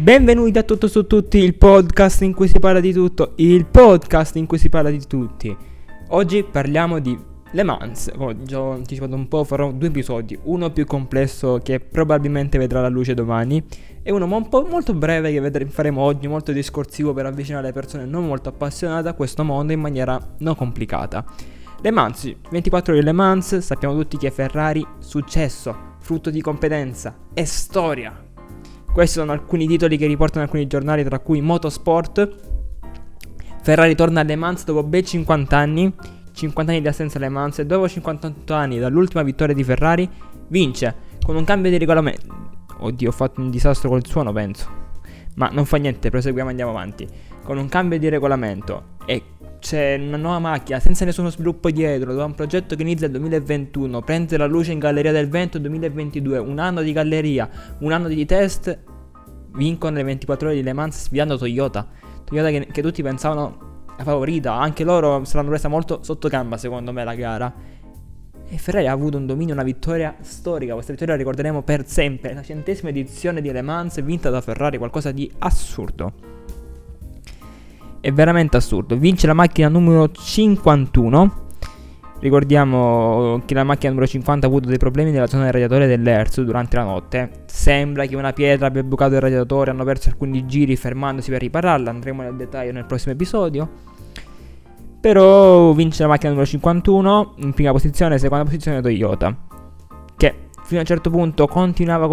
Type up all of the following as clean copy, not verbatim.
Benvenuti a Tutto su Tutti, il podcast in cui si parla di tutto, il podcast in cui si parla di tutti. Oggi parliamo di Le Mans. Come già ho anticipato un po', farò due episodi, uno più complesso che probabilmente vedrà la luce domani e uno un po' molto breve che faremo oggi, molto discorsivo per avvicinare le persone non molto appassionate a questo mondo in maniera non complicata. Le Mans, 24 ore di Le Mans, sappiamo tutti che Ferrari, successo, frutto di competenza e storia. Questi sono alcuni titoli che riportano alcuni giornali, tra cui Motorsport. Ferrari torna a Le Mans dopo ben 50 anni di assenza alle Le Mans, e dopo 58 anni dall'ultima vittoria di Ferrari vince con un cambio di regolamento. Oddio, ho fatto un disastro col suono, penso. Ma non fa niente, proseguiamo, andiamo avanti. Con un cambio di regolamento e c'è una nuova macchina senza nessuno sviluppo dietro, da un progetto che inizia nel 2021, prende la luce in Galleria del Vento nel 2022, un anno di galleria, un anno di test, vincono le 24 ore di Le Mans sfidando Toyota che tutti pensavano la favorita, anche loro se l'hanno presa molto sotto gamba secondo me la gara. E Ferrari ha avuto un dominio, una vittoria storica, questa vittoria la ricorderemo per sempre, la 100ª edizione di Le Mans vinta da Ferrari, qualcosa di assurdo. È veramente assurdo. Vince la macchina numero 51. Ricordiamo che la macchina numero 50 ha avuto dei problemi nella zona del radiatore dell'Hertz durante la notte. Sembra che una pietra abbia bucato il radiatore, hanno perso alcuni giri fermandosi per ripararla. Andremo nel dettaglio nel prossimo episodio. Però vince la macchina numero 51 in prima posizione, seconda posizione Toyota, che fino a un certo punto continuava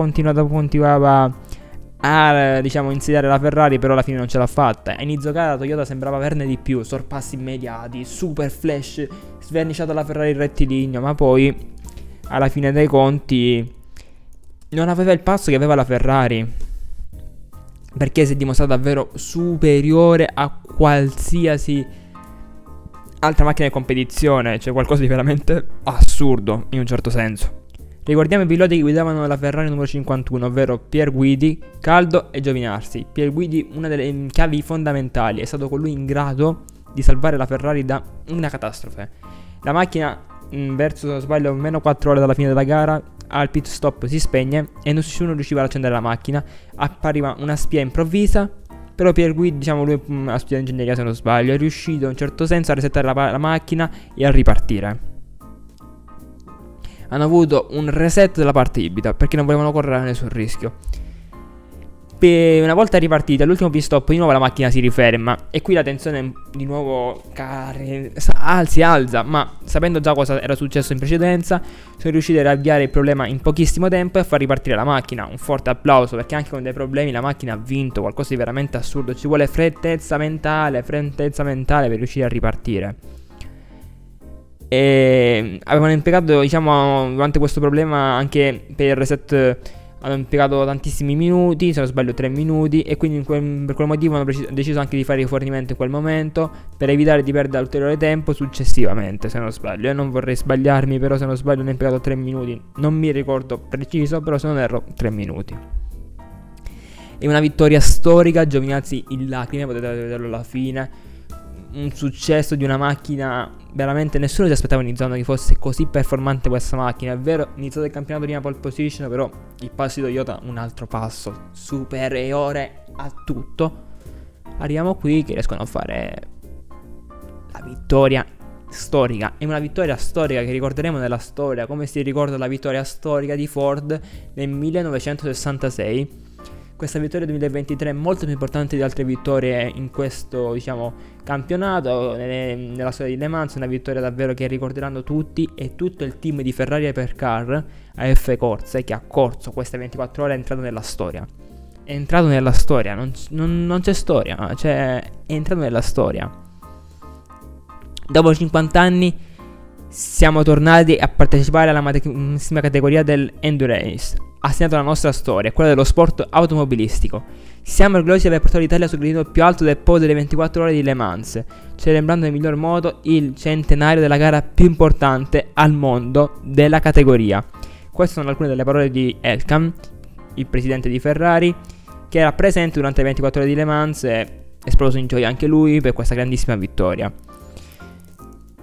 a insediare la Ferrari, però alla fine non ce l'ha fatta. A inizio gara Toyota sembrava averne di più, sorpassi immediati, super flash, sverniciata la Ferrari in rettilineo, ma poi alla fine dei conti non aveva il passo che aveva la Ferrari, perché si è dimostrata davvero superiore a qualsiasi altra macchina di competizione, cioè qualcosa di veramente assurdo in un certo senso. Ricordiamo i piloti che guidavano la Ferrari numero 51, ovvero Pier Guidi, Caldo e Giovinazzi. Pier Guidi, una delle chiavi fondamentali, è stato colui in grado di salvare la Ferrari da una catastrofe. La macchina, verso, se non sbaglio, meno 4 ore dalla fine della gara, al pit stop si spegne e nessuno riusciva ad accendere la macchina. Appariva una spia improvvisa, però Pier Guidi, lui ha studiato ingegneria se non sbaglio, è riuscito in un certo senso a resettare la macchina e a ripartire. Hanno avuto un reset della parte ibrida perché non volevano correre nessun rischio. Una volta ripartita, all'ultimo pit stop di nuovo la macchina si riferma e qui la tensione di nuovo si alza, ma sapendo già cosa era successo in precedenza sono riusciti a avviare il problema in pochissimo tempo e a far ripartire la macchina. Un forte applauso, perché anche con dei problemi la macchina ha vinto, qualcosa di veramente assurdo. Ci vuole freddezza mentale per riuscire a ripartire. E avevano impiegato, durante questo problema, anche per il reset hanno impiegato tantissimi minuti, se non sbaglio 3 minuti, e quindi per quel motivo hanno deciso anche di fare rifornimento in quel momento per evitare di perdere ulteriore tempo successivamente, se non sbaglio. Io non vorrei sbagliarmi, però se non sbaglio hanno impiegato 3 minuti, non mi ricordo preciso, però se non erro 3 minuti. È una vittoria storica, Giovinazzi in lacrime, potete vederlo alla fine. Un successo di una macchina, veramente nessuno si aspettava in zona che fosse così performante questa macchina. È vero, iniziato il campionato prima pole position, però il passo di Toyota un altro passo superiore a tutto. Arriviamo qui che riescono a fare la vittoria storica. È una vittoria storica che ricorderemo nella storia, come si ricorda la vittoria storica di Ford nel 1966. Questa vittoria 2023 è molto più importante di altre vittorie in questo, campionato, nella storia di Le Mans. Una vittoria davvero che ricorderanno tutti, e tutto il team di Ferrari Hypercar AF Corse, che ha corso queste 24 ore, è entrato nella storia. È entrato nella storia, non c'è storia, è entrato nella storia. Dopo 50 anni siamo tornati a partecipare alla massima categoria dell'Endurance, assegnato alla nostra storia, quella dello sport automobilistico. Siamo orgogliosi di aver portato l'Italia sul gradino più alto del podio delle 24 ore di Le Mans, celebrando nel miglior modo il centenario della gara più importante al mondo della categoria. Queste sono alcune delle parole di Elkann, il presidente di Ferrari, che era presente durante le 24 ore di Le Mans e esploso in gioia anche lui per questa grandissima vittoria.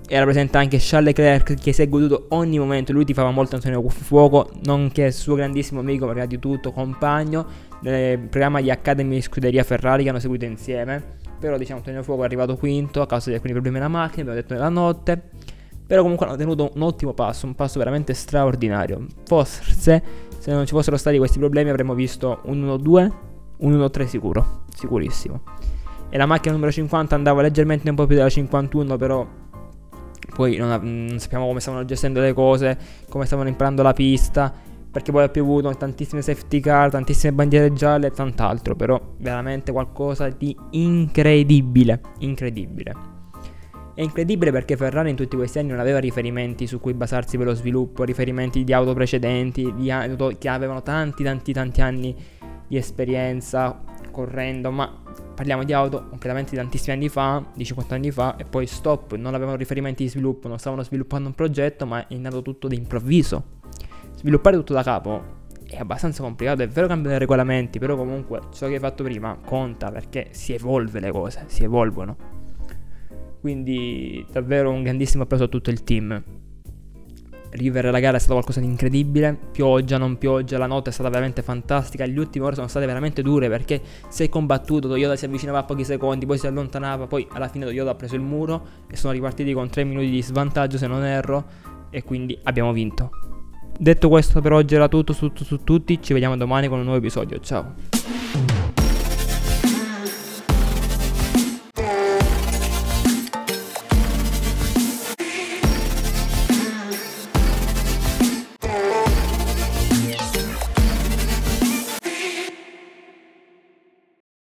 era presente anche Charles Leclerc, che si è goduto ogni momento. Lui tifava molto Antonio Fuoco, nonché suo grandissimo amico, prima di tutto compagno nel programma di Academy di Scuderia Ferrari che hanno seguito insieme. Però diciamo Antonio Fuoco è arrivato quinto a causa di alcuni problemi alla macchina, abbiamo detto nella notte. Però comunque hanno tenuto un ottimo passo, un passo veramente straordinario. Forse se non ci fossero stati questi problemi avremmo visto un 1-2, un 1-3 sicuro, sicurissimo. E la macchina numero 50 andava leggermente un po' più della 51, però poi non sappiamo come stavano gestendo le cose, come stavano imparando la pista, perché poi ha piovuto tantissime safety car, tantissime bandiere gialle e tant'altro. Però veramente qualcosa di incredibile, incredibile. È incredibile perché Ferrari in tutti questi anni non aveva riferimenti su cui basarsi per lo sviluppo, riferimenti di auto precedenti, di auto che avevano tanti anni di esperienza correndo, ma parliamo di auto completamente di tantissimi anni fa, di 50 anni fa, e poi stop, non avevano riferimenti di sviluppo, non stavano sviluppando un progetto, ma è nato tutto d'improvviso. Sviluppare tutto da capo è abbastanza complicato, è vero cambiare i regolamenti, però comunque ciò che hai fatto prima conta, perché si evolve le cose, si evolvono. Quindi davvero un grandissimo applauso a tutto il team. Rivere la gara è stato qualcosa di incredibile. Pioggia, non pioggia, la notte è stata veramente fantastica. Le ultime ore sono state veramente dure perché si è combattuto, Toyota si avvicinava a pochi secondi, poi si allontanava, poi alla fine Toyota ha preso il muro e sono ripartiti con 3 minuti di svantaggio se non erro, e quindi abbiamo vinto. Detto questo, per oggi era tutto su tutti, ci vediamo domani con un nuovo episodio, ciao.